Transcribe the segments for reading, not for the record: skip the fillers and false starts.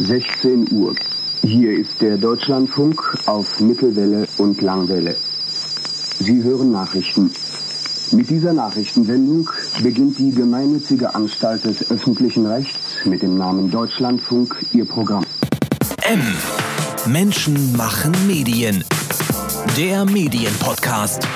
16 Uhr. Hier ist der Deutschlandfunk auf Mittelwelle und Langwelle. Sie hören Nachrichten. Mit dieser Nachrichtensendung beginnt die gemeinnützige Anstalt des öffentlichen Rechts mit dem Namen Deutschlandfunk ihr Programm. Menschen machen Medien. Der Medienpodcast.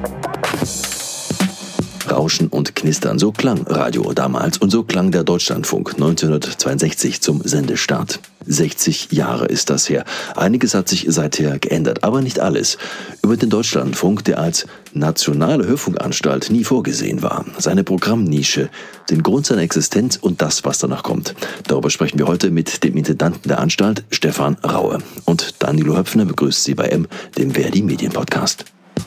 Rauschen und Knistern, so klang Radio damals und so klang der Deutschlandfunk 1962 zum Sendestart. 60 Jahre ist das her. Einiges hat sich seither geändert, aber nicht alles. Über den Deutschlandfunk, der als nationale Hörfunkanstalt nie vorgesehen war, seine Programmnische, den Grund seiner Existenz und das, was danach kommt. Darüber sprechen wir heute mit dem Intendanten der Anstalt, Stefan Raue. Und Danilo Höpfner begrüßt Sie bei dem Verdi Medienpodcast.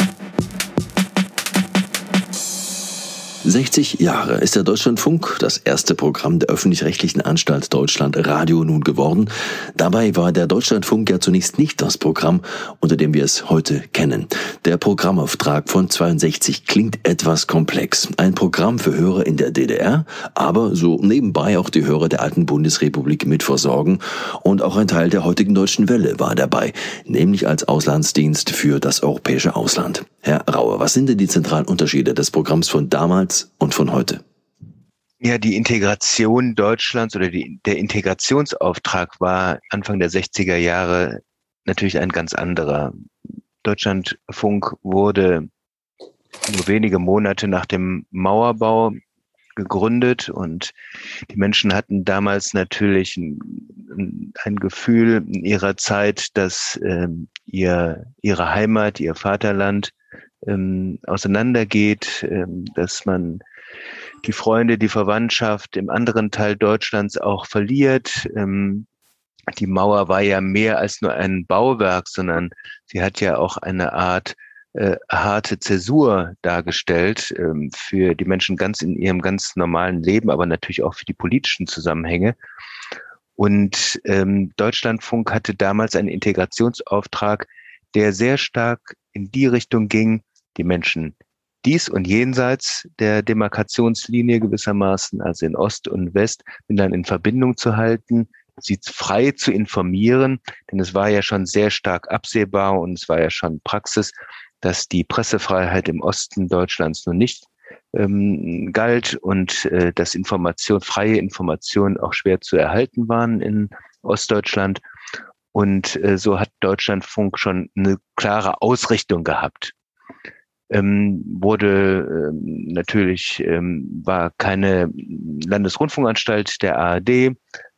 60 Jahre ist der Deutschlandfunk, das erste Programm der öffentlich-rechtlichen Anstalt Deutschland Radio, nun geworden. Dabei war der Deutschlandfunk ja zunächst nicht das Programm, unter dem wir es heute kennen. Der Programmauftrag von 62 klingt etwas komplex. Ein Programm für Hörer in der DDR, aber so nebenbei auch die Hörer der alten Bundesrepublik mitversorgen. Und auch ein Teil der heutigen Deutschen Welle war dabei, nämlich als Auslandsdienst für das europäische Ausland. Herr Raue, was sind denn die zentralen Unterschiede des Programms von damals und von heute? Ja, die Integration Deutschlands oder der Integrationsauftrag war Anfang der 60er Jahre natürlich ein ganz anderer. Deutschlandfunk wurde nur wenige Monate nach dem Mauerbau gegründet und die Menschen hatten damals natürlich ein Gefühl in ihrer Zeit, dass ihre Heimat, ihr Vaterland auseinandergeht, dass man die Freunde, die Verwandtschaft im anderen Teil Deutschlands auch verliert. Die Mauer war ja mehr als nur ein Bauwerk, sondern sie hat ja auch eine Art harte Zäsur dargestellt für die Menschen ganz in ihrem ganz normalen Leben, aber natürlich auch für die politischen Zusammenhänge. Und Deutschlandfunk hatte damals einen Integrationsauftrag, der sehr stark in die Richtung ging, die Menschen dies und jenseits der Demarkationslinie gewissermaßen, also in Ost und West, miteinander in Verbindung zu halten, sie frei zu informieren, denn es war ja schon sehr stark absehbar und es war ja schon Praxis, dass die Pressefreiheit im Osten Deutschlands nun nicht galt und dass freie Informationen auch schwer zu erhalten waren in Ostdeutschland. Und so hat Deutschlandfunk schon eine klare Ausrichtung gehabt. War keine Landesrundfunkanstalt der ARD,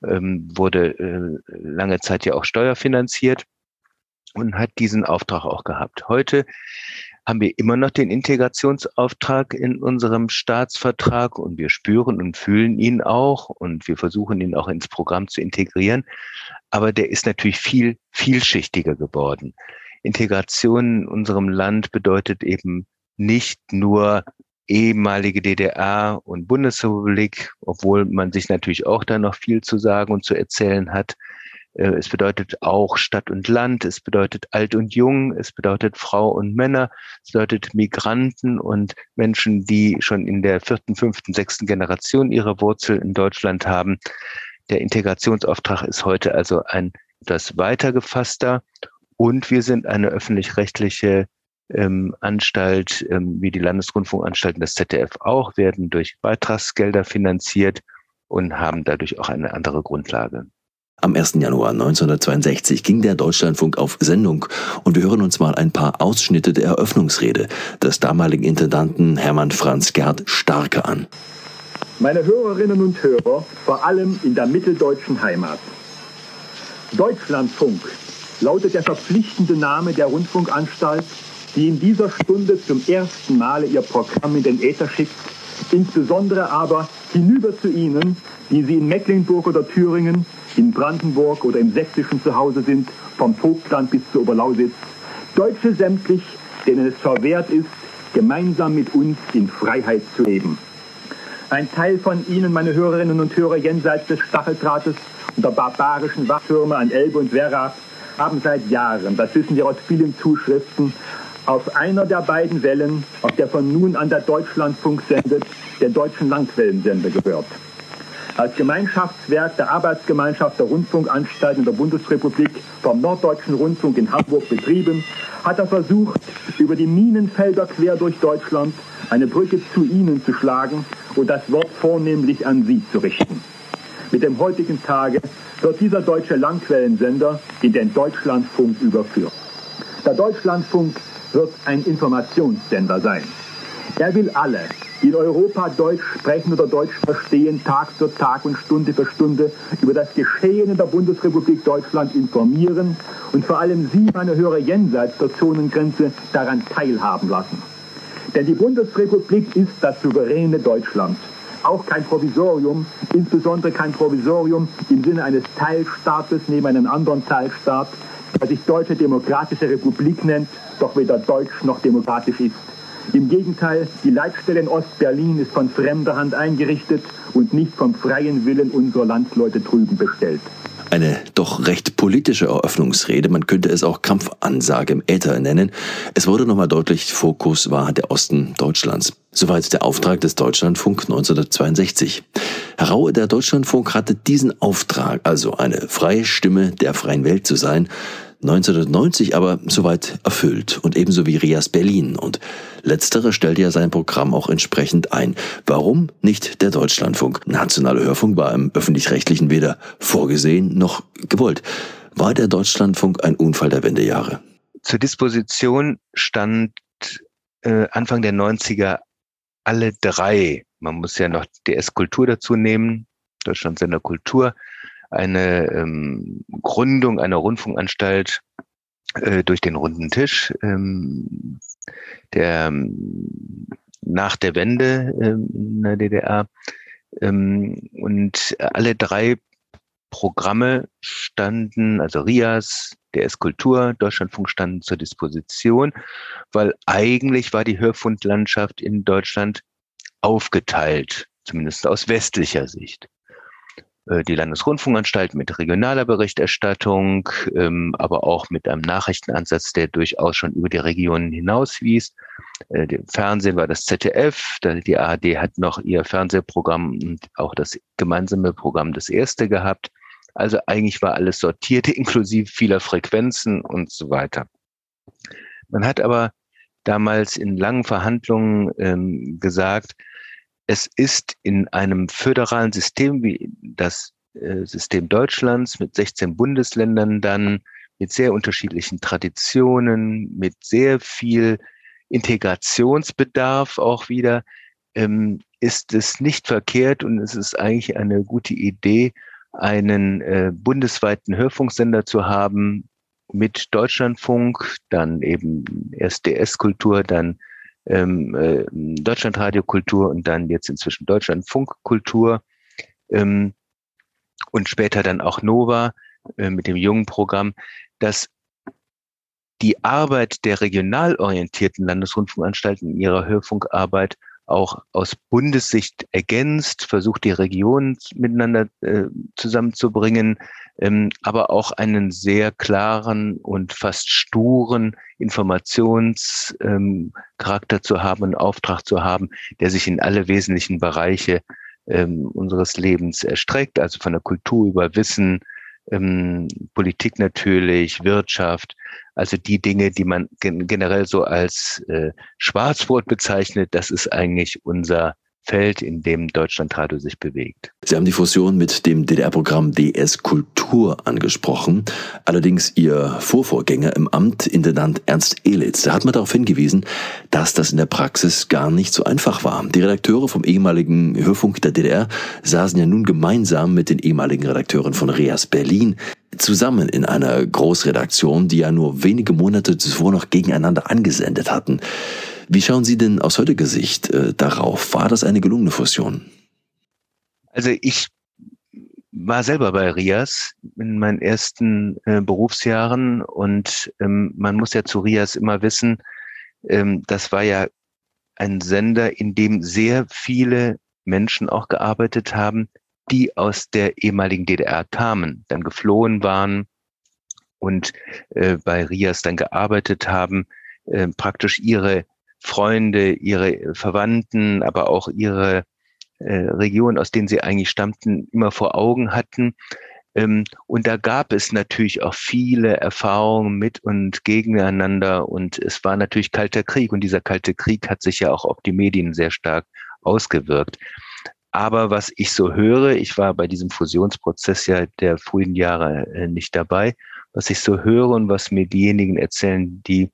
wurde lange Zeit ja auch steuerfinanziert und hat diesen Auftrag auch gehabt. Heute haben wir immer noch den Integrationsauftrag in unserem Staatsvertrag und wir spüren und fühlen ihn auch und wir versuchen ihn auch ins Programm zu integrieren. Aber der ist natürlich viel vielschichtiger geworden. Integration in unserem Land bedeutet eben nicht nur ehemalige DDR und Bundesrepublik, obwohl man sich natürlich auch da noch viel zu sagen und zu erzählen hat. Es bedeutet auch Stadt und Land, es bedeutet Alt und Jung, es bedeutet Frau und Männer, es bedeutet Migranten und Menschen, die schon in der 4., 5., 6. Generation ihre Wurzel in Deutschland haben. Der Integrationsauftrag ist heute also ein etwas weiter gefasster und wir sind eine öffentlich-rechtliche Anstalt, wie die Landesrundfunkanstalten des ZDF auch, werden durch Beitragsgelder finanziert und haben dadurch auch eine andere Grundlage. Am 1. Januar 1962 ging der Deutschlandfunk auf Sendung und wir hören uns mal ein paar Ausschnitte der Eröffnungsrede des damaligen Intendanten Hermann Franz Gerd Starke an. Meine Hörerinnen und Hörer, vor allem in der mitteldeutschen Heimat. Deutschlandfunk lautet der verpflichtende Name der Rundfunkanstalt, die in dieser Stunde zum ersten Male ihr Programm in den Äther schickt, insbesondere aber hinüber zu Ihnen, die Sie in Mecklenburg oder Thüringen, in Brandenburg oder im Sächsischen zu Hause sind, vom Vogtland bis zur Oberlausitz, Deutsche sämtlich, denen es verwehrt ist, gemeinsam mit uns in Freiheit zu leben. Ein Teil von Ihnen, meine Hörerinnen und Hörer, jenseits des Stacheldrahtes und der barbarischen Wachtürme an Elbe und Werra, haben seit Jahren, das wissen wir aus vielen Zuschriften, auf einer der beiden Wellen, auf der von nun an der Deutschlandfunk sendet, der deutschen Landwellensender gehört. als Gemeinschaftswerk der Arbeitsgemeinschaft der Rundfunkanstalten der Bundesrepublik vom Norddeutschen Rundfunk in Hamburg betrieben, hat er versucht, über die Minenfelder quer durch Deutschland eine Brücke zu Ihnen zu schlagen und das Wort vornehmlich an Sie zu richten. Mit dem heutigen Tage wird dieser deutsche Langquellensender in den Deutschlandfunk überführt. Der Deutschlandfunk wird ein Informationssender sein. Er will alle, die in Europa Deutsch sprechen oder Deutsch verstehen, Tag für Tag und Stunde für Stunde über das Geschehen in der Bundesrepublik Deutschland informieren und vor allem Sie, meine Hörer, jenseits der Zonengrenze daran teilhaben lassen. Denn die Bundesrepublik ist das souveräne Deutschland. Auch kein Provisorium, insbesondere kein Provisorium im Sinne eines Teilstaates neben einem anderen Teilstaat, der sich Deutsche Demokratische Republik nennt, doch weder deutsch noch demokratisch ist. Im Gegenteil, die Leitstelle in Ostberlin ist von fremder Hand eingerichtet und nicht vom freien Willen unserer Landsleute drüben bestellt. Eine doch recht politische Eröffnungsrede, man könnte es auch Kampfansage im Äther nennen. Es wurde nochmal deutlich, Fokus war der Osten Deutschlands. Soweit der Auftrag des Deutschlandfunk 1962. Herr Raue, der Deutschlandfunk hatte diesen Auftrag, also eine freie Stimme der freien Welt zu sein, 1990 aber soweit erfüllt und ebenso wie Rias Berlin, und letztere stellte ja sein Programm auch entsprechend ein. Warum nicht der Deutschlandfunk? Nationaler Hörfunk war im Öffentlich-Rechtlichen weder vorgesehen noch gewollt. War der Deutschlandfunk ein Unfall der Wendejahre? Zur Disposition stand Anfang der 90er alle drei. Man muss ja noch DS Kultur dazu nehmen, Deutschlandsender Kultur, eine Gründung einer Rundfunkanstalt durch den runden Tisch, der nach der Wende in der DDR, und alle drei Programme standen, also RIAS, DS Kultur, Deutschlandfunk, standen zur Disposition, weil eigentlich war die Hörfunklandschaft in Deutschland aufgeteilt, zumindest aus westlicher Sicht. Die Landesrundfunkanstalt mit regionaler Berichterstattung, aber auch mit einem Nachrichtenansatz, der durchaus schon über die Regionen hinauswies. Im Fernsehen war das ZDF, die ARD hat noch ihr Fernsehprogramm und auch das gemeinsame Programm das erste gehabt. Also eigentlich war alles sortiert, inklusive vieler Frequenzen und so weiter. Man hat aber damals in langen Verhandlungen gesagt, es ist in einem föderalen System wie das System Deutschlands mit 16 Bundesländern dann, mit sehr unterschiedlichen Traditionen, mit sehr viel Integrationsbedarf auch wieder, ist es nicht verkehrt und es ist eigentlich eine gute Idee, einen bundesweiten Hörfunksender zu haben mit Deutschlandfunk, dann eben erst DS Kultur, dann Deutschlandradio Kultur und dann jetzt inzwischen Deutschlandfunk Kultur, und später dann auch Nova mit dem jungen Programm, dass die Arbeit der regional orientierten Landesrundfunkanstalten in ihrer Hörfunkarbeit auch aus Bundessicht ergänzt, versucht die Regionen miteinander zusammenzubringen, aber auch einen sehr klaren und fast sturen Informationscharakter zu haben, einen Auftrag zu haben, der sich in alle wesentlichen Bereiche unseres Lebens erstreckt, also von der Kultur über Wissen, Politik natürlich, Wirtschaft, also die Dinge, die man generell so als Schwarzbrot bezeichnet, das ist eigentlich unser Feld, in dem Deutschlandradio sich bewegt. Sie haben die Fusion mit dem DDR-Programm DS Kultur angesprochen. Allerdings Ihr Vorvorgänger im Amt, Intendant Ernst Elitz, da hat man darauf hingewiesen, dass das in der Praxis gar nicht so einfach war. Die Redakteure vom ehemaligen Hörfunk der DDR saßen ja nun gemeinsam mit den ehemaligen Redakteuren von Rias Berlin zusammen in einer Großredaktion, die ja nur wenige Monate zuvor noch gegeneinander angesendet hatten. Wie schauen Sie denn aus heutiger Sicht darauf? War das eine gelungene Fusion? Also ich war selber bei RIAS in meinen ersten Berufsjahren und man muss ja zu RIAS immer wissen, das war ja ein Sender, in dem sehr viele Menschen auch gearbeitet haben, die aus der ehemaligen DDR kamen, dann geflohen waren und bei RIAS dann gearbeitet haben, praktisch ihre Freunde, ihre Verwandten, aber auch ihre Regionen, aus denen sie eigentlich stammten, immer vor Augen hatten. Und da gab es natürlich auch viele Erfahrungen mit und gegeneinander. Und es war natürlich Kalter Krieg. Und dieser Kalte Krieg hat sich ja auch auf die Medien sehr stark ausgewirkt. Aber was ich so höre, ich war bei diesem Fusionsprozess ja der frühen Jahre nicht dabei, was ich so höre und was mir diejenigen erzählen, die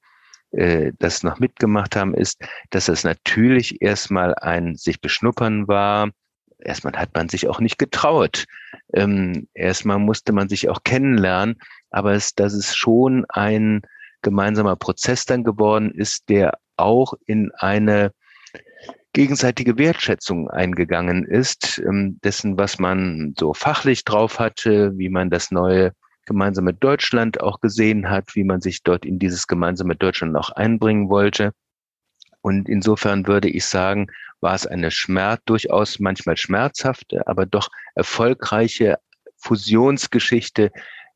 das noch mitgemacht haben, ist, dass es natürlich erstmal ein sich beschnuppern war. Erstmal hat man sich auch nicht getraut. Erstmal musste man sich auch kennenlernen, aber dass es schon ein gemeinsamer Prozess dann geworden ist, der auch in eine gegenseitige Wertschätzung eingegangen ist, dessen, was man so fachlich drauf hatte, wie man das neue gemeinsame Deutschland auch gesehen hat, wie man sich dort in dieses gemeinsame Deutschland auch einbringen wollte. Und insofern würde ich sagen, war es eine durchaus manchmal schmerzhafte, aber doch erfolgreiche Fusionsgeschichte,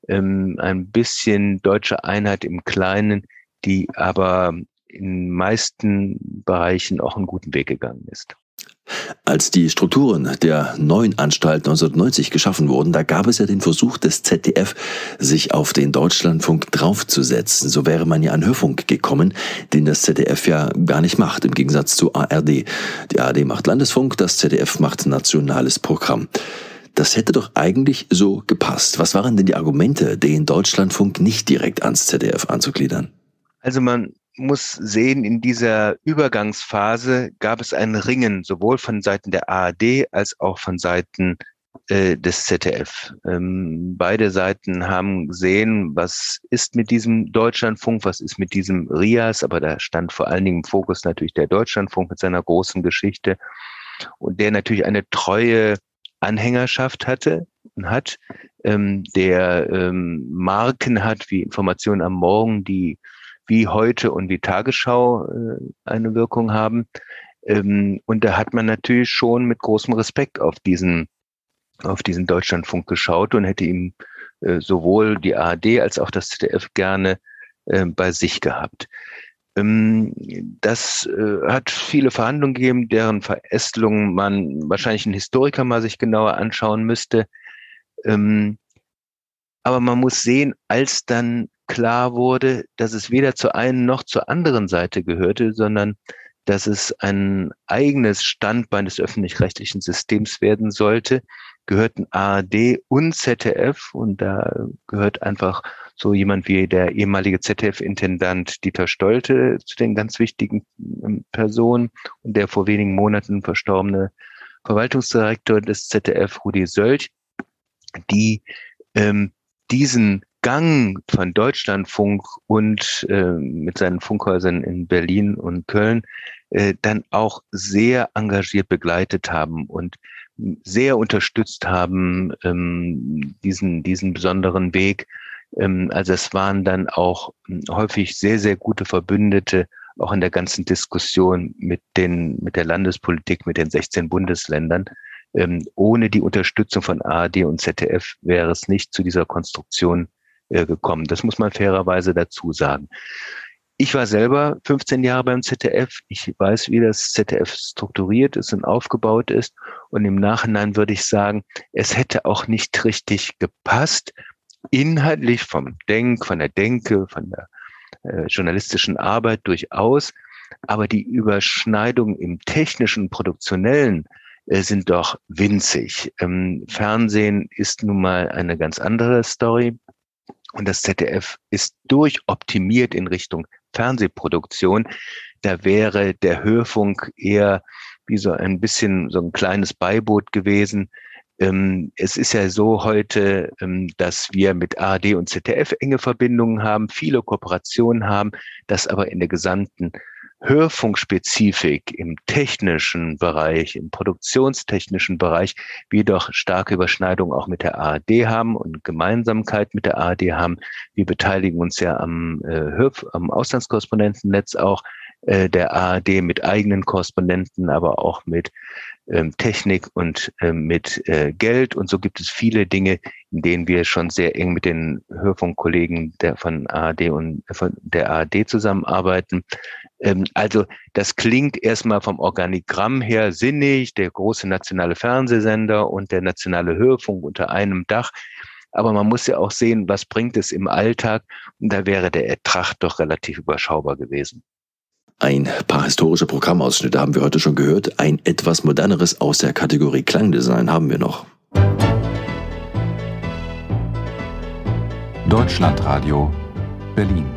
ein bisschen deutsche Einheit im Kleinen, die aber in meisten Bereichen auch einen guten Weg gegangen ist. Als die Strukturen der neuen Anstalt 1990 geschaffen wurden, da gab es ja den Versuch des ZDF, sich auf den Deutschlandfunk draufzusetzen. So wäre man ja an Hörfunk gekommen, den das ZDF ja gar nicht macht, im Gegensatz zur ARD. Die ARD macht Landesfunk, das ZDF macht nationales Programm. Das hätte doch eigentlich so gepasst. Was waren denn die Argumente, den Deutschlandfunk nicht direkt ans ZDF anzugliedern? Also man muss sehen, in dieser Übergangsphase gab es ein Ringen, sowohl von Seiten der ARD als auch von Seiten des ZDF. Beide Seiten haben gesehen, was ist mit diesem Deutschlandfunk, was ist mit diesem RIAS, aber da stand vor allen Dingen im Fokus natürlich der Deutschlandfunk mit seiner großen Geschichte und der natürlich eine treue Anhängerschaft hatte und hat, der Marken hat wie Information am Morgen, die wie heute und wie Tagesschau eine Wirkung haben. Und da hat man natürlich schon mit großem Respekt auf diesen Deutschlandfunk geschaut und hätte ihm sowohl die ARD als auch das ZDF gerne bei sich gehabt. Das hat viele Verhandlungen gegeben, deren Verästelungen man wahrscheinlich ein Historiker mal sich genauer anschauen müsste. Aber man muss sehen, als dann klar wurde, dass es weder zur einen noch zur anderen Seite gehörte, sondern dass es ein eigenes Standbein des öffentlich-rechtlichen Systems werden sollte, gehörten ARD und ZDF, und da gehört einfach so jemand wie der ehemalige ZDF-Intendant Dieter Stolte zu den ganz wichtigen Personen und der vor wenigen Monaten verstorbene Verwaltungsdirektor des ZDF, Rudi Sölch, die diesen Gang von Deutschlandfunk und mit seinen Funkhäusern in Berlin und Köln dann auch sehr engagiert begleitet haben und sehr unterstützt haben, diesen besonderen Weg. Also es waren dann auch häufig sehr, sehr gute Verbündete, auch in der ganzen Diskussion mit der Landespolitik, mit den 16 Bundesländern. Ohne die Unterstützung von ARD und ZDF wäre es nicht zu dieser Konstruktion gekommen. Das muss man fairerweise dazu sagen. Ich war selber 15 Jahre beim ZDF. Ich weiß, wie das ZDF strukturiert ist und aufgebaut ist. Und im Nachhinein würde ich sagen, es hätte auch nicht richtig gepasst, inhaltlich von der Denke, von der journalistischen Arbeit durchaus. Aber die Überschneidungen im technischen, produktionellen sind doch winzig. Fernsehen ist nun mal eine ganz andere Story. Und das ZDF ist durchoptimiert in Richtung Fernsehproduktion. Da wäre der Hörfunk eher wie so ein bisschen so ein kleines Beiboot gewesen. Es ist ja so heute, dass wir mit ARD und ZDF enge Verbindungen haben, viele Kooperationen haben, dass aber in der gesamten Hörfunkspezifik im technischen Bereich, im produktionstechnischen Bereich, wir doch starke Überschneidungen auch mit der ARD haben und Gemeinsamkeit mit der ARD haben. Wir beteiligen uns ja am Auslandskorrespondentennetz auch der ARD mit eigenen Korrespondenten, aber auch mit Technik und mit Geld. Und so gibt es viele Dinge, in denen wir schon sehr eng mit den Hörfunkkollegen von ARD und von der ARD zusammenarbeiten. Also das klingt erstmal vom Organigramm her sinnig, der große nationale Fernsehsender und der nationale Hörfunk unter einem Dach. Aber man muss ja auch sehen, was bringt es im Alltag. Und da wäre der Ertrag doch relativ überschaubar gewesen. Ein paar historische Programmausschnitte haben wir heute schon gehört. Ein etwas moderneres aus der Kategorie Klangdesign haben wir noch. Deutschlandradio Berlin.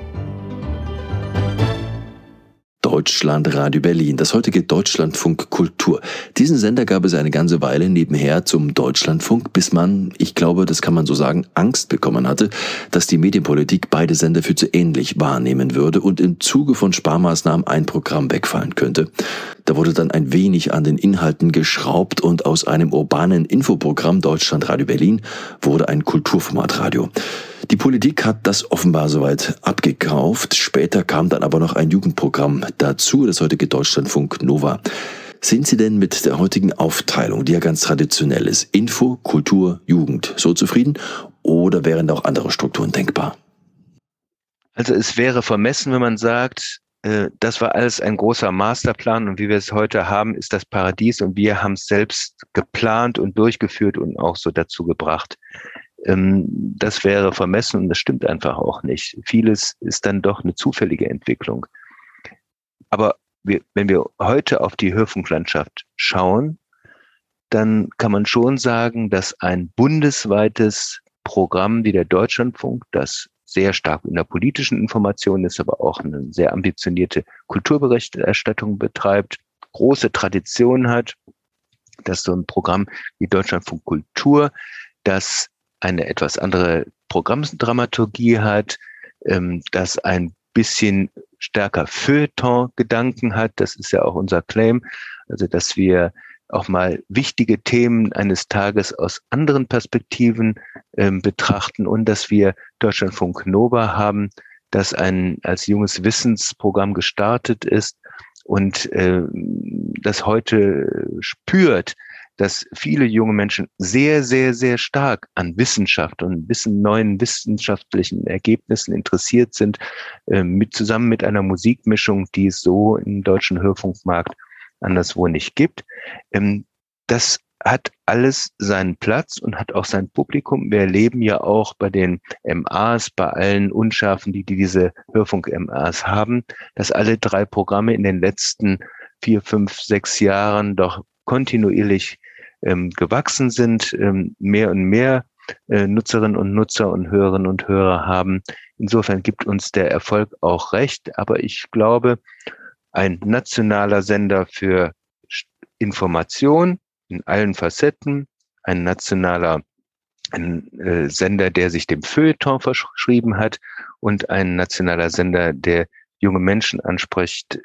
Deutschlandradio Berlin, das heutige Deutschlandfunk Kultur. Diesen Sender gab es eine ganze Weile nebenher zum Deutschlandfunk, bis man, ich glaube, das kann man so sagen, Angst bekommen hatte, dass die Medienpolitik beide Sender für zu ähnlich wahrnehmen würde und im Zuge von Sparmaßnahmen ein Programm wegfallen könnte. Da wurde dann ein wenig an den Inhalten geschraubt und aus einem urbanen Infoprogramm Deutschlandradio Berlin wurde ein Kulturformatradio. Die Politik hat das offenbar soweit abgekauft. Später kam dann aber noch ein Jugendprogramm dazu, das heutige Deutschlandfunk Nova. Sind Sie denn mit der heutigen Aufteilung, die ja ganz traditionell ist, Info, Kultur, Jugend, so zufrieden? Oder wären da auch andere Strukturen denkbar? Also es wäre vermessen, wenn man sagt, das war alles ein großer Masterplan und wie wir es heute haben, ist das Paradies und wir haben es selbst geplant und durchgeführt und auch so dazu gebracht. Das wäre vermessen und das stimmt einfach auch nicht. Vieles ist dann doch eine zufällige Entwicklung. Aber wenn wir heute auf die Hörfunklandschaft schauen, dann kann man schon sagen, dass ein bundesweites Programm wie der Deutschlandfunk, das sehr stark in der politischen Information ist, aber auch eine sehr ambitionierte Kulturberichterstattung betreibt, große Tradition hat, dass so ein Programm wie Deutschlandfunk Kultur, das eine etwas andere Programmdramaturgie hat, das ein bisschen stärker Feuilleton-Gedanken hat. Das ist ja auch unser Claim, also dass wir auch mal wichtige Themen eines Tages aus anderen Perspektiven betrachten und dass wir Deutschlandfunk Nova haben, das als junges Wissensprogramm gestartet ist und das heute spürt, dass viele junge Menschen sehr, sehr, sehr stark an Wissenschaft und neuen wissenschaftlichen Ergebnissen interessiert sind, zusammen mit einer Musikmischung, die es so im deutschen Hörfunkmarkt anderswo nicht gibt. Das hat alles seinen Platz und hat auch sein Publikum. Wir erleben ja auch bei den MAs, bei allen Unschärfen, die diese Hörfunk-MAs haben, dass alle 3 Programme in den letzten 4, 5, 6 Jahren doch kontinuierlich gewachsen sind, mehr und mehr Nutzerinnen und Nutzer und Hörerinnen und Hörer haben. Insofern gibt uns der Erfolg auch recht. Aber ich glaube, ein nationaler Sender für Information in allen Facetten, ein nationaler Sender, der sich dem Feuilleton verschrieben hat und ein nationaler Sender, der junge Menschen anspricht,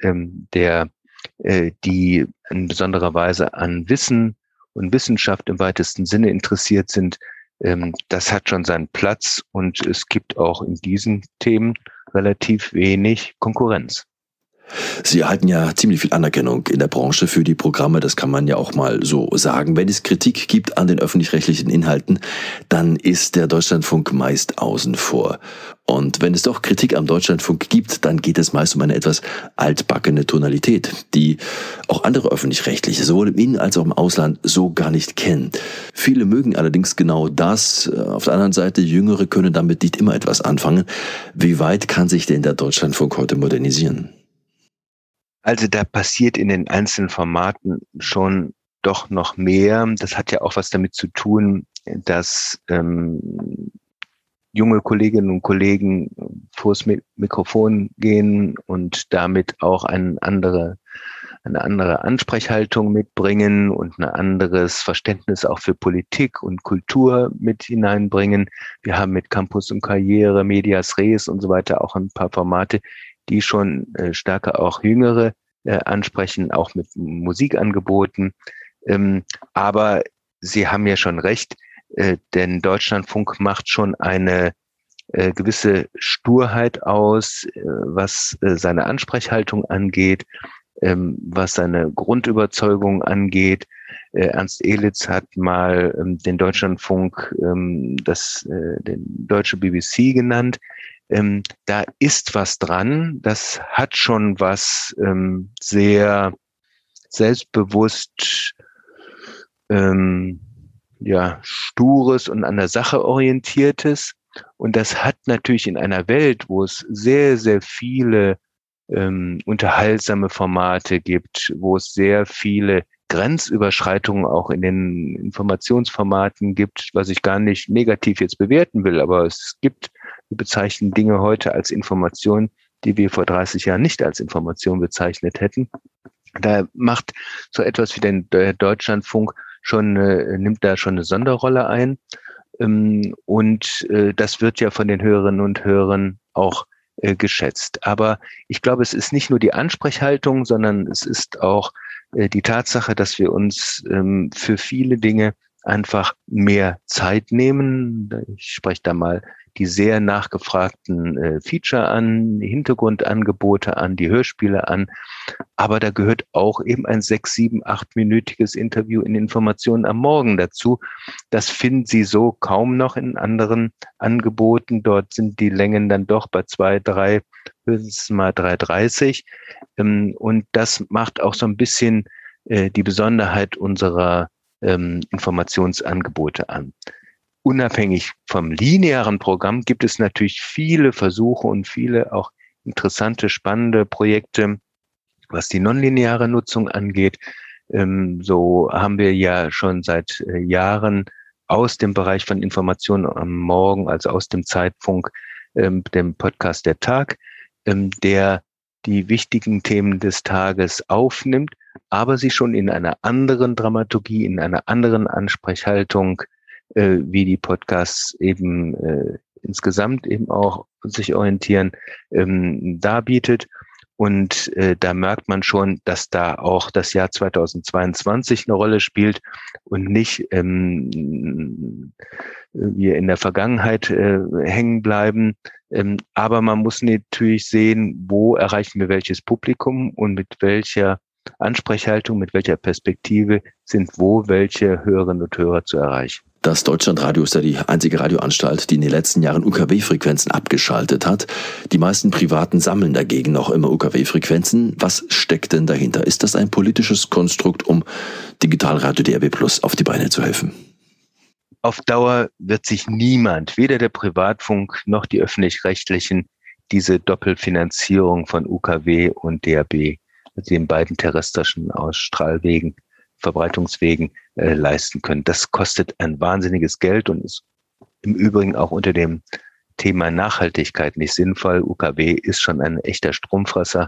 die in besonderer Weise an Wissen und Wissenschaft im weitesten Sinne interessiert sind, das hat schon seinen Platz und es gibt auch in diesen Themen relativ wenig Konkurrenz. Sie erhalten ja ziemlich viel Anerkennung in der Branche für die Programme, das kann man ja auch mal so sagen. Wenn es Kritik gibt an den öffentlich-rechtlichen Inhalten, dann ist der Deutschlandfunk meist außen vor. Und wenn es doch Kritik am Deutschlandfunk gibt, dann geht es meist um eine etwas altbackene Tonalität, die auch andere öffentlich-rechtliche, sowohl im In- als auch im Ausland, so gar nicht kennen. Viele mögen allerdings genau das. Auf der anderen Seite, Jüngere können damit nicht immer etwas anfangen. Wie weit kann sich denn der Deutschlandfunk heute modernisieren? Also da passiert in den einzelnen Formaten schon doch noch mehr. Das hat ja auch was damit zu tun, dass junge Kolleginnen und Kollegen vors Mikrofon gehen und damit auch eine andere Ansprechhaltung mitbringen und ein anderes Verständnis auch für Politik und Kultur mit hineinbringen. Wir haben mit Campus und Karriere, Medias Res und so weiter auch ein paar Formate, die schon stärker auch Jüngere ansprechen, auch mit Musikangeboten. Aber Sie haben ja schon recht, denn Deutschlandfunk macht schon eine gewisse Sturheit aus, was seine Ansprechhaltung angeht, was seine Grundüberzeugung angeht. Ernst Elitz hat mal den Deutschlandfunk, den deutsche BBC genannt. Da ist was dran. Das hat schon was sehr selbstbewusst, Stures und an der Sache orientiertes. Und das hat natürlich in einer Welt, wo es sehr, sehr viele unterhaltsame Formate gibt, wo es sehr viele Grenzüberschreitungen auch in den Informationsformaten gibt, was ich gar nicht negativ jetzt bewerten will, aber wir bezeichnen Dinge heute als Information, die wir vor 30 Jahren nicht als Information bezeichnet hätten. Da macht so etwas wie der Deutschlandfunk nimmt da schon eine Sonderrolle ein. Und das wird ja von den Hörerinnen und Hörern auch geschätzt. Aber ich glaube, es ist nicht nur die Ansprechhaltung, sondern es ist auch die Tatsache, dass wir uns für viele Dinge einfach mehr Zeit nehmen. Ich spreche da mal die sehr nachgefragten Feature an, die Hintergrundangebote an, die Hörspiele an. Aber da gehört auch eben ein 6-, 7-, 8-minütiges Interview in Informationen am Morgen dazu. Das finden Sie so kaum noch in anderen Angeboten. Dort sind die Längen dann doch bei 2, 3, höchstens mal 3,30. Und das macht auch so ein bisschen die Besonderheit unserer Informationsangebote an. Unabhängig vom linearen Programm gibt es natürlich viele Versuche und viele auch interessante, spannende Projekte, was die nonlineare Nutzung angeht. So haben wir ja schon seit Jahren aus dem Bereich von Informationen am Morgen, also aus dem Zeitfunk, dem Podcast Der Tag, der die wichtigen Themen des Tages aufnimmt, aber sie schon in einer anderen Dramaturgie, in einer anderen Ansprechhaltung, wie die Podcasts eben insgesamt eben auch sich orientieren, darbietet. Und da merkt man schon, dass da auch das Jahr 2022 eine Rolle spielt und nicht wir in der Vergangenheit hängen bleiben. Aber man muss natürlich sehen, wo erreichen wir welches Publikum und mit welcher Ansprechhaltung, mit welcher Perspektive sind wo welche Hörerinnen und Hörer zu erreichen. Das Deutschlandradio ist ja die einzige Radioanstalt, die in den letzten Jahren UKW-Frequenzen abgeschaltet hat. Die meisten Privaten sammeln dagegen noch immer UKW-Frequenzen. Was steckt denn dahinter? Ist das ein politisches Konstrukt, um Digitalradio DRB Plus auf die Beine zu helfen? Auf Dauer wird sich niemand, weder der Privatfunk noch die Öffentlich-Rechtlichen, diese Doppelfinanzierung von UKW und DRB, den beiden terrestrischen Ausstrahlwegen, Verbreitungswegen leisten können. Das kostet ein wahnsinniges Geld und ist im Übrigen auch unter dem Thema Nachhaltigkeit nicht sinnvoll. UKW ist schon ein echter Stromfresser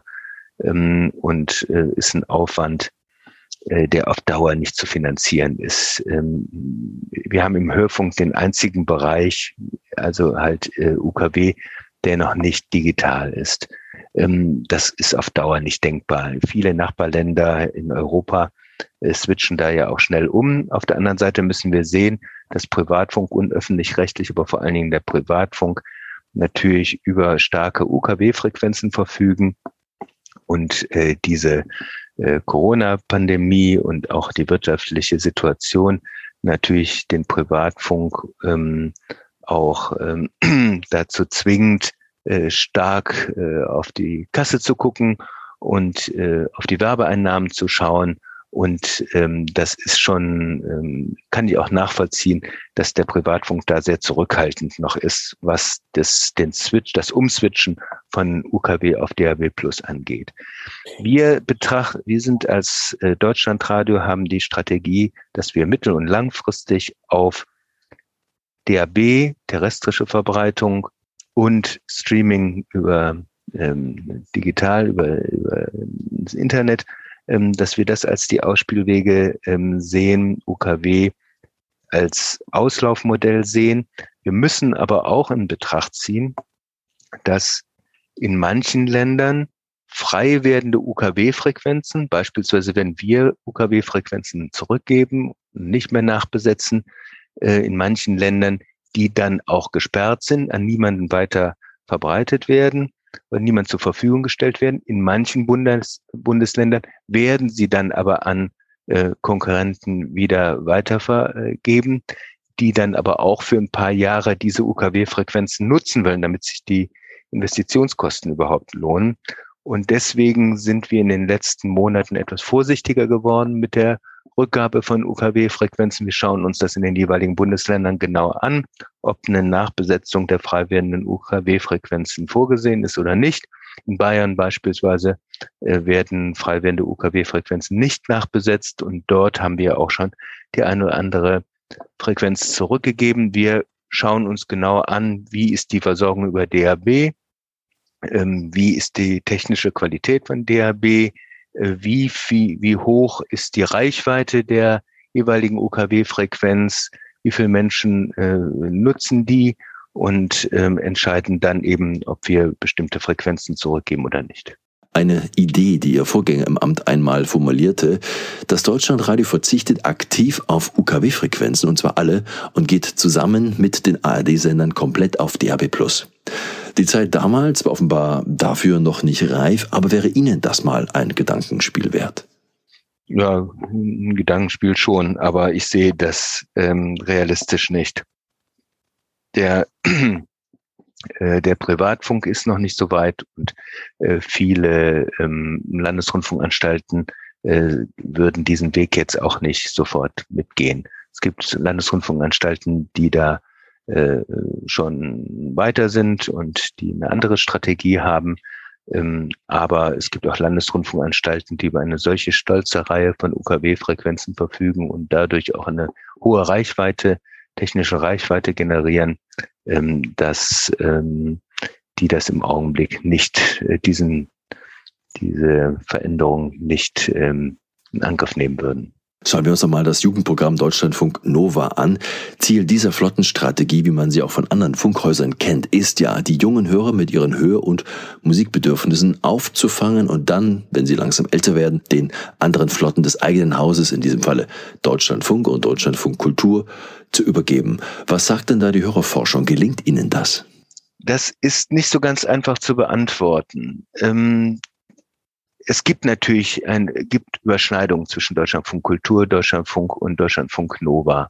und ist ein Aufwand, der auf Dauer nicht zu finanzieren ist. Wir haben im Hörfunk den einzigen Bereich, also halt UKW, der noch nicht digital ist. Das ist auf Dauer nicht denkbar. Viele Nachbarländer in Europa switchen da ja auch schnell um. Auf der anderen Seite müssen wir sehen, dass Privatfunk und öffentlich-rechtlich, aber vor allen Dingen der Privatfunk natürlich über starke UKW-Frequenzen verfügen und diese Corona-Pandemie und auch die wirtschaftliche Situation natürlich den Privatfunk auch dazu zwingt, stark auf die Kasse zu gucken und auf die Werbeeinnahmen zu schauen. Und das ist schon, kann ich auch nachvollziehen, dass der Privatfunk da sehr zurückhaltend noch ist, was das Umswitchen von UKW auf DAB Plus angeht. Wir sind als Deutschlandradio, haben die Strategie, dass wir mittel- und langfristig auf DAB, terrestrische Verbreitung und Streaming über digital, über das Internet, dass wir das als die Ausspielwege sehen, UKW als Auslaufmodell sehen. Wir müssen aber auch in Betracht ziehen, dass in manchen Ländern frei werdende UKW-Frequenzen, beispielsweise wenn wir UKW-Frequenzen zurückgeben, nicht mehr nachbesetzen, in manchen Ländern, die dann auch gesperrt sind, an niemanden weiter verbreitet werden und niemand zur Verfügung gestellt werden. In manchen Bundesländern werden sie dann aber an Konkurrenten wieder weitervergeben, die dann aber auch für ein paar Jahre diese UKW-Frequenzen nutzen wollen, damit sich die Investitionskosten überhaupt lohnen. Und deswegen sind wir in den letzten Monaten etwas vorsichtiger geworden mit der Rückgabe von UKW-Frequenzen. Wir schauen uns das in den jeweiligen Bundesländern genau an, ob eine Nachbesetzung der frei werdenden UKW-Frequenzen vorgesehen ist oder nicht. In Bayern beispielsweise werden frei werdende UKW-Frequenzen nicht nachbesetzt und dort haben wir auch schon die eine oder andere Frequenz zurückgegeben. Wir schauen uns genau an, wie ist die Versorgung über DAB, wie ist die technische Qualität von DAB, wie hoch ist die Reichweite der jeweiligen UKW-Frequenz, wie viele Menschen nutzen die und entscheiden dann eben, ob wir bestimmte Frequenzen zurückgeben oder nicht. Eine Idee, die Ihr Vorgänger im Amt einmal formulierte: Das Deutschlandradio verzichtet aktiv auf UKW-Frequenzen, und zwar alle, und geht zusammen mit den ARD-Sendern komplett auf DAB+. Die Zeit damals war offenbar dafür noch nicht reif, aber wäre Ihnen das mal ein Gedankenspiel wert? Ja, ein Gedankenspiel schon, aber ich sehe das realistisch nicht. Der Privatfunk ist noch nicht so weit und viele Landesrundfunkanstalten würden diesen Weg jetzt auch nicht sofort mitgehen. Es gibt Landesrundfunkanstalten, die da schon weiter sind und die eine andere Strategie haben. Aber es gibt auch Landesrundfunkanstalten, die über eine solche stolze Reihe von UKW-Frequenzen verfügen und dadurch auch eine hohe Reichweite, technische Reichweite generieren, dass die das im Augenblick nicht, diese Veränderung nicht in Angriff nehmen würden. Schauen wir uns nochmal das Jugendprogramm Deutschlandfunk Nova an. Ziel dieser Flottenstrategie, wie man sie auch von anderen Funkhäusern kennt, ist ja, die jungen Hörer mit ihren Hör- und Musikbedürfnissen aufzufangen und dann, wenn sie langsam älter werden, den anderen Flotten des eigenen Hauses, in diesem Falle Deutschlandfunk und Deutschlandfunk Kultur, zu übergeben. Was sagt denn da die Hörerforschung? Gelingt Ihnen das? Das ist nicht so ganz einfach zu beantworten. Es gibt natürlich gibt Überschneidungen zwischen Deutschlandfunk Kultur, Deutschlandfunk und Deutschlandfunk Nova.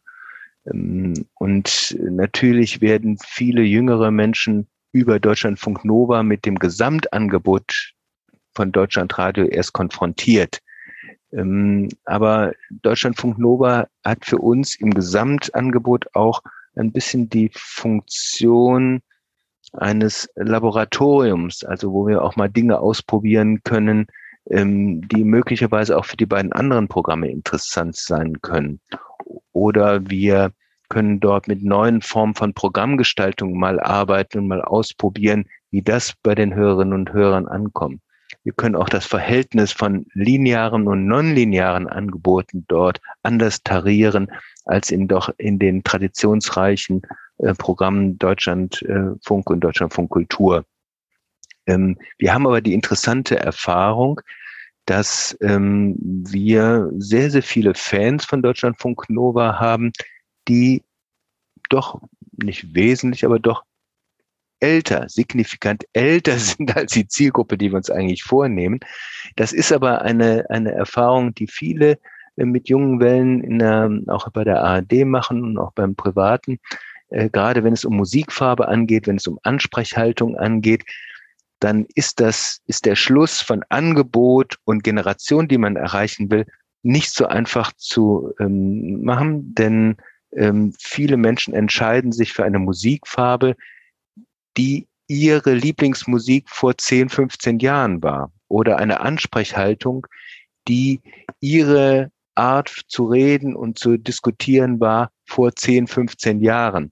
Und natürlich werden viele jüngere Menschen über Deutschlandfunk Nova mit dem Gesamtangebot von Deutschlandradio erst konfrontiert. Aber Deutschlandfunk Nova hat für uns im Gesamtangebot auch ein bisschen die Funktion eines Laboratoriums, also wo wir auch mal Dinge ausprobieren können, die möglicherweise auch für die beiden anderen Programme interessant sein können. Oder wir können dort mit neuen Formen von Programmgestaltung mal arbeiten und mal ausprobieren, wie das bei den Hörerinnen und Hörern ankommt. Wir können auch das Verhältnis von linearen und nonlinearen Angeboten dort anders tarieren als in den traditionsreichen Programmen Deutschlandfunk und Deutschlandfunk Kultur. Wir haben aber die interessante Erfahrung, dass wir sehr, sehr viele Fans von Deutschlandfunk Nova haben, die doch nicht wesentlich, aber doch signifikant älter sind als die Zielgruppe, die wir uns eigentlich vornehmen. Das ist aber eine Erfahrung, die viele mit jungen Wellen auch bei der ARD machen und auch beim Privaten. Gerade wenn es um Musikfarbe angeht, wenn es um Ansprechhaltung angeht, dann ist der Schluss von Angebot und Generation, die man erreichen will, nicht so einfach zu machen, denn viele Menschen entscheiden sich für eine Musikfarbe, die ihre Lieblingsmusik vor 10, 15 Jahren war, oder eine Ansprechhaltung, die ihre Art zu reden und zu diskutieren war vor 10, 15 Jahren.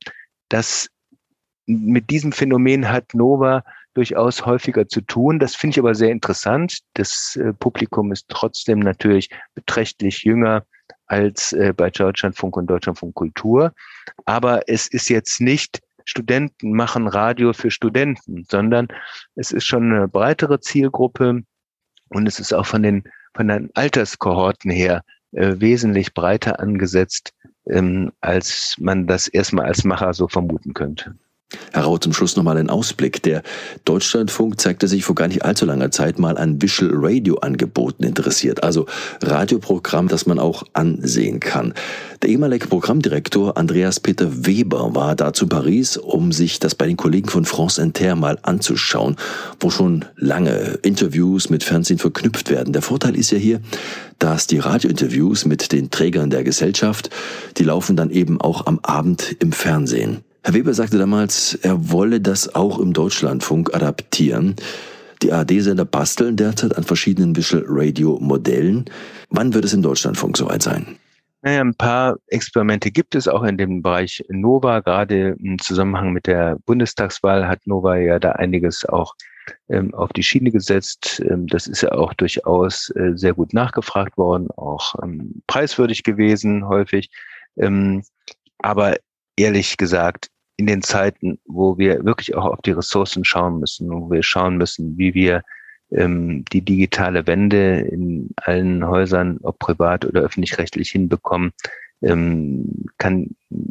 Mit diesem Phänomen hat Nova durchaus häufiger zu tun. Das finde ich aber sehr interessant. Das Publikum ist trotzdem natürlich beträchtlich jünger als bei Deutschlandfunk und Deutschlandfunk Kultur. Aber es ist jetzt nicht Studenten machen Radio für Studenten, sondern es ist schon eine breitere Zielgruppe und es ist auch von den Alterskohorten her wesentlich breiter angesetzt, als man das erstmal als Macher so vermuten könnte. Herr Rau, zum Schluss nochmal ein Ausblick. Der Deutschlandfunk zeigte sich vor gar nicht allzu langer Zeit mal an Visual Radio Angeboten interessiert, also Radioprogramm, das man auch ansehen kann. Der ehemalige Programmdirektor Andreas Peter Weber war da zu Paris, um sich das bei den Kollegen von France Inter mal anzuschauen, wo schon lange Interviews mit Fernsehen verknüpft werden. Der Vorteil ist ja hier, dass die Radiointerviews mit den Trägern der Gesellschaft, die laufen dann eben auch am Abend im Fernsehen. Herr Weber sagte damals, er wolle das auch im Deutschlandfunk adaptieren. Die ARD-Sender basteln derzeit an verschiedenen Visual-Radio-Modellen. Wann wird es im Deutschlandfunk soweit sein? Naja, ein paar Experimente gibt es auch in dem Bereich Nova. Gerade im Zusammenhang mit der Bundestagswahl hat Nova ja da einiges auch auf die Schiene gesetzt. Das ist ja auch durchaus sehr gut nachgefragt worden, auch preiswürdig gewesen häufig. Aber ehrlich gesagt, in den Zeiten, wo wir wirklich auch auf die Ressourcen schauen müssen, wo wir schauen müssen, wie wir die digitale Wende in allen Häusern, ob privat oder öffentlich-rechtlich, hinbekommen, kann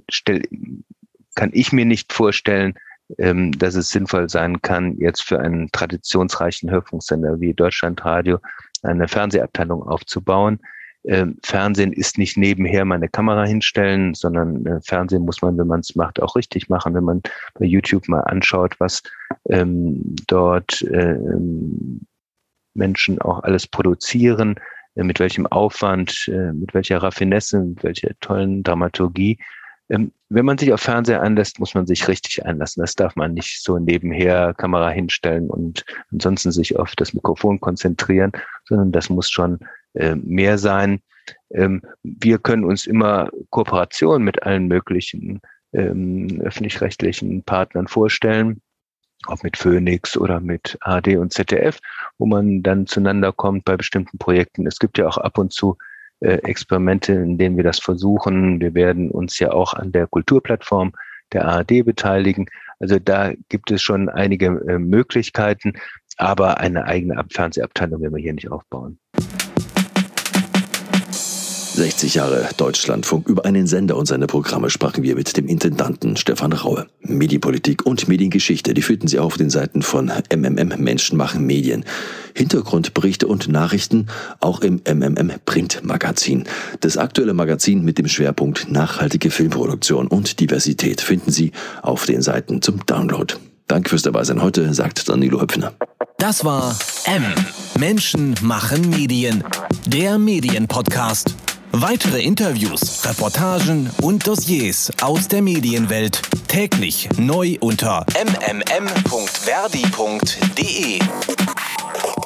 ich mir nicht vorstellen, dass es sinnvoll sein kann, jetzt für einen traditionsreichen Hörfunksender wie Deutschlandradio eine Fernsehabteilung aufzubauen. Fernsehen ist nicht nebenher mal eine Kamera hinstellen, sondern Fernsehen muss man, wenn man es macht, auch richtig machen. Wenn man bei YouTube mal anschaut, was dort Menschen auch alles produzieren, mit welchem Aufwand, mit welcher Raffinesse, mit welcher tollen Dramaturgie. Wenn man sich auf Fernseher einlässt, muss man sich richtig einlassen. Das darf man nicht so nebenher Kamera hinstellen und ansonsten sich auf das Mikrofon konzentrieren, sondern das muss schon mehr sein. Wir können uns immer Kooperationen mit allen möglichen öffentlich-rechtlichen Partnern vorstellen, auch mit Phoenix oder mit ARD und ZDF, wo man dann zueinander kommt bei bestimmten Projekten. Es gibt ja auch ab und zu Experimente, in denen wir das versuchen. Wir werden uns ja auch an der Kulturplattform der ARD beteiligen. Also da gibt es schon einige Möglichkeiten, aber eine eigene Fernsehabteilung werden wir hier nicht aufbauen. 60 Jahre Deutschlandfunk. Über einen Sender und seine Programme sprachen wir mit dem Intendanten Stefan Raue. Medienpolitik und Mediengeschichte, die finden Sie auf den Seiten von MMM Menschen machen Medien. Hintergrundberichte und Nachrichten auch im MMM Printmagazin. Das aktuelle Magazin mit dem Schwerpunkt nachhaltige Filmproduktion und Diversität finden Sie auf den Seiten zum Download. Danke fürs Dabeisein heute, sagt Danilo Höpfner. Das war Menschen machen Medien, der Medienpodcast. Weitere Interviews, Reportagen und Dossiers aus der Medienwelt täglich neu unter mmm.verdi.de.